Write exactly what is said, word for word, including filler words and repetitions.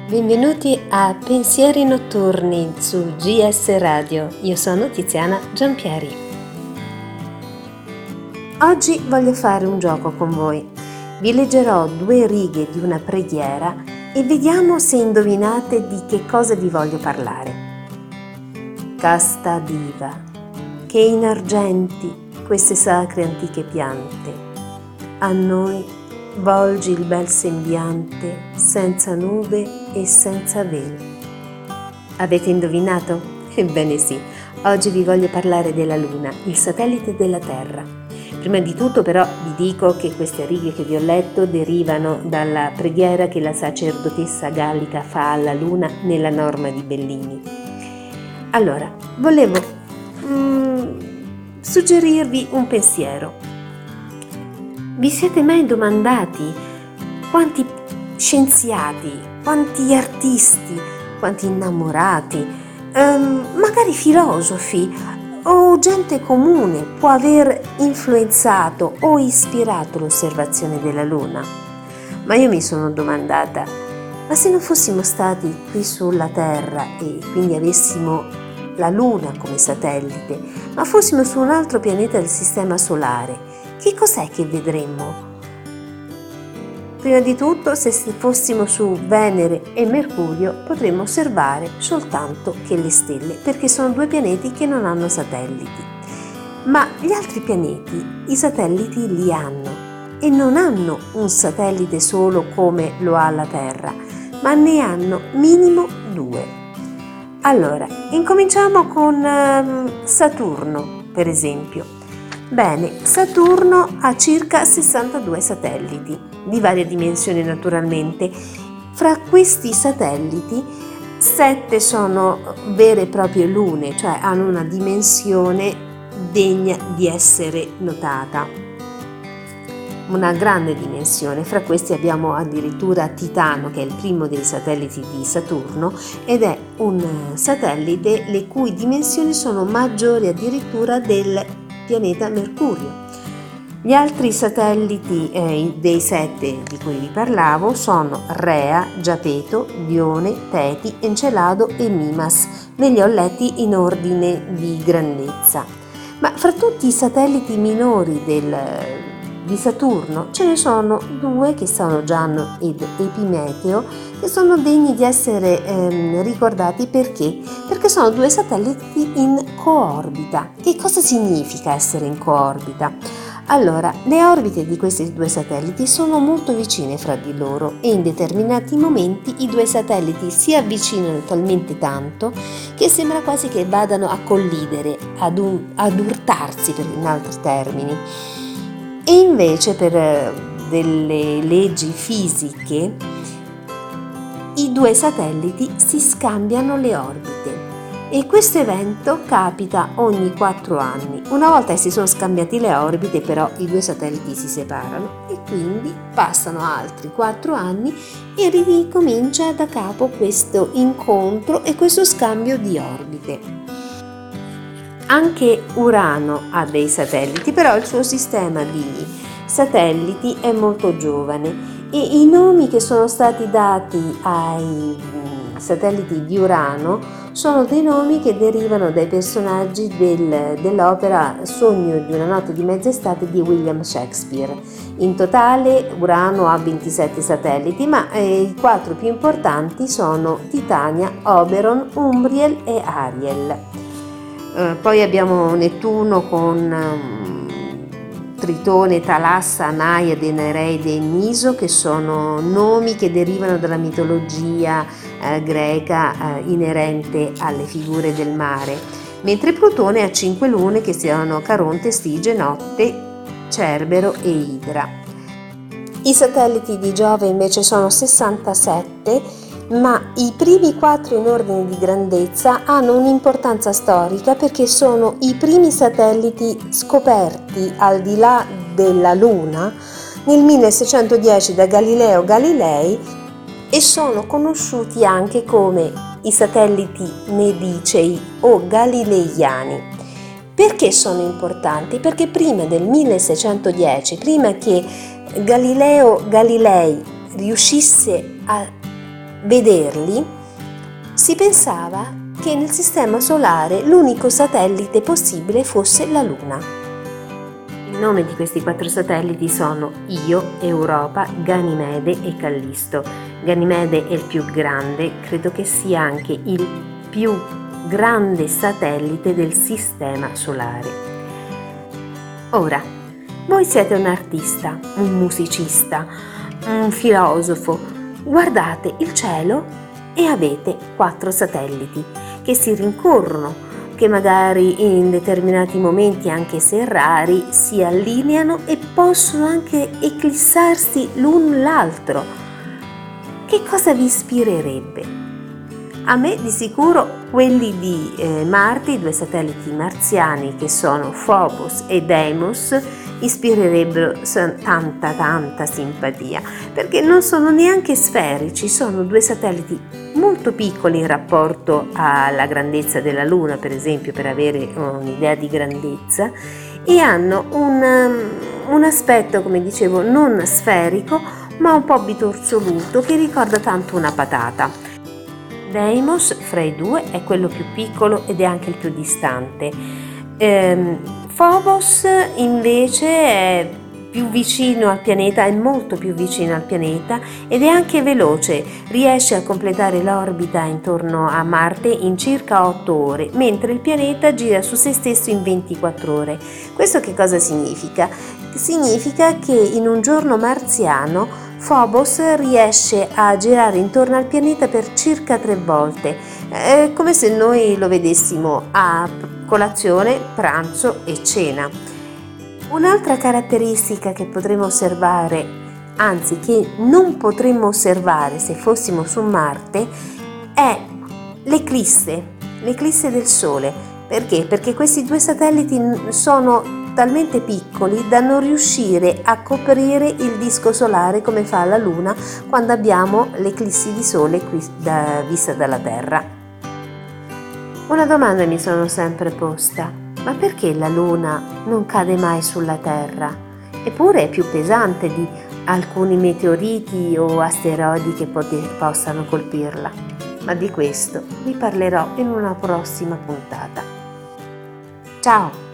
Benvenuti a Pensieri Notturni su G S Radio. Io sono Tiziana Giampieri. Oggi voglio fare un gioco con voi. Vi leggerò due righe di una preghiera e vediamo se indovinate di che cosa vi voglio parlare. Casta diva, che inargenti queste sacre antiche piante, a noi volgi il bel sembiante, senza nube e senza velo. Avete indovinato? Ebbene sì, oggi vi voglio parlare della Luna, il satellite della Terra. Prima di tutto però vi dico che queste righe che vi ho letto derivano dalla preghiera che la sacerdotessa gallica fa alla Luna nella norma di Bellini. Allora, volevo mm, suggerirvi un pensiero. Vi siete mai domandati quanti scienziati, quanti artisti, quanti innamorati, ehm, magari filosofi o gente comune può aver influenzato o ispirato l'osservazione della Luna? Ma io mi sono domandata, ma se non fossimo stati qui sulla Terra e quindi avessimo la Luna come satellite, ma fossimo su un altro pianeta del Sistema Solare, che cos'è che vedremmo? Prima di tutto, se fossimo su Venere e Mercurio, potremmo osservare soltanto che le stelle, perché sono due pianeti che non hanno satelliti. Ma gli altri pianeti, i satelliti li hanno, e non hanno un satellite solo come lo ha la Terra, ma ne hanno minimo due. Allora, incominciamo con um, Saturno, per esempio. Bene, Saturno ha circa sessantadue satelliti, di varie dimensioni naturalmente. Fra questi satelliti, sette sono vere e proprie lune, cioè hanno una dimensione degna di essere notata. Una grande dimensione. Fra questi abbiamo addirittura Titano, che è il primo dei satelliti di Saturno, ed è un satellite le cui dimensioni sono maggiori addirittura del pianeta Mercurio. Gli altri satelliti eh, dei sette di cui vi parlavo sono Rea, Giapeto, Dione, Teti, Encelado e Mimas. Ve li ho letti in ordine di grandezza. Ma fra tutti i satelliti minori del, di Saturno ce ne sono due, che sono Giano ed Epimeteo, che sono degni di essere ehm, ricordati perché? Perché sono due satelliti in coorbita. Che cosa significa essere in coorbita? Allora, le orbite di questi due satelliti sono molto vicine fra di loro e in determinati momenti i due satelliti si avvicinano talmente tanto che sembra quasi che vadano a collidere, ad, un, ad urtarsi in altri termini. E invece per eh, delle leggi fisiche i due satelliti si scambiano le orbite e questo evento capita ogni quattro anni. Una volta che si sono scambiati le orbite, però i due satelliti si separano e quindi passano altri quattro anni e ricomincia da capo questo incontro e questo scambio di orbite. Anche Urano ha dei satelliti, però il suo sistema di satelliti è molto giovane. E i nomi che sono stati dati ai satelliti di Urano sono dei nomi che derivano dai personaggi del, dell'opera Sogno di una notte di mezz'estate di William Shakespeare. In totale Urano ha ventisette satelliti, ma eh, i quattro più importanti sono Titania, Oberon, Umbriel e Ariel. Eh, poi abbiamo Nettuno con um, Tritone, Talassa, Naiade, Nereide e Niso, che sono nomi che derivano dalla mitologia eh, greca eh, inerente alle figure del mare, mentre Plutone ha cinque lune che sono Caronte, Stige, Notte, Cerbero e Idra. I satelliti di Giove invece sono sessantasette, ma i primi quattro in ordine di grandezza hanno un'importanza storica perché sono i primi satelliti scoperti al di là della Luna nel milleseicentodieci da Galileo Galilei e sono conosciuti anche come i satelliti medicei o galileiani. Perché sono importanti? Perché prima del milleseicentodieci, prima che Galileo Galilei riuscisse a vederli, si pensava che nel sistema solare l'unico satellite possibile fosse la Luna. Il nome di questi quattro satelliti sono Io, Europa, Ganimede e Callisto. Ganimede è il più grande, credo che sia anche il più grande satellite del sistema solare. Ora, voi siete un artista, un musicista, un filosofo, guardate il cielo e avete quattro satelliti che si rincorrono, che magari in determinati momenti, anche se rari, si allineano e possono anche eclissarsi l'un l'altro. Che cosa vi ispirerebbe? A me di sicuro quelli di eh, Marte, i due satelliti marziani che sono Phobos e Deimos, ispirerebbero tanta tanta simpatia, perché non sono neanche sferici, sono due satelliti molto piccoli in rapporto alla grandezza della Luna, per esempio, per avere un'idea di grandezza, e hanno un, un aspetto, come dicevo, non sferico ma un po' bitorzoluto, che ricorda tanto una patata. Deimos fra i due è quello più piccolo ed è anche il più distante. Ehm, Phobos invece è più vicino al pianeta, è molto più vicino al pianeta ed è anche veloce, riesce a completare l'orbita intorno a Marte in circa otto ore, mentre il pianeta gira su se stesso in ventiquattro ore. Questo che cosa significa? Significa che in un giorno marziano Phobos riesce a girare intorno al pianeta per circa tre volte, è come se noi lo vedessimo a colazione, pranzo e cena. Un'altra caratteristica che potremmo osservare, anzi che non potremmo osservare se fossimo su Marte, è l'eclisse, l'eclisse del Sole. Perché? Perché questi due satelliti sono talmente piccoli da non riuscire a coprire il disco solare come fa la Luna quando abbiamo l'eclissi di Sole qui da, vista dalla Terra. Una domanda mi sono sempre posta: ma perché la Luna non cade mai sulla Terra? Eppure è più pesante di alcuni meteoriti o asteroidi che pot- possano colpirla. Ma di questo vi parlerò in una prossima puntata. Ciao!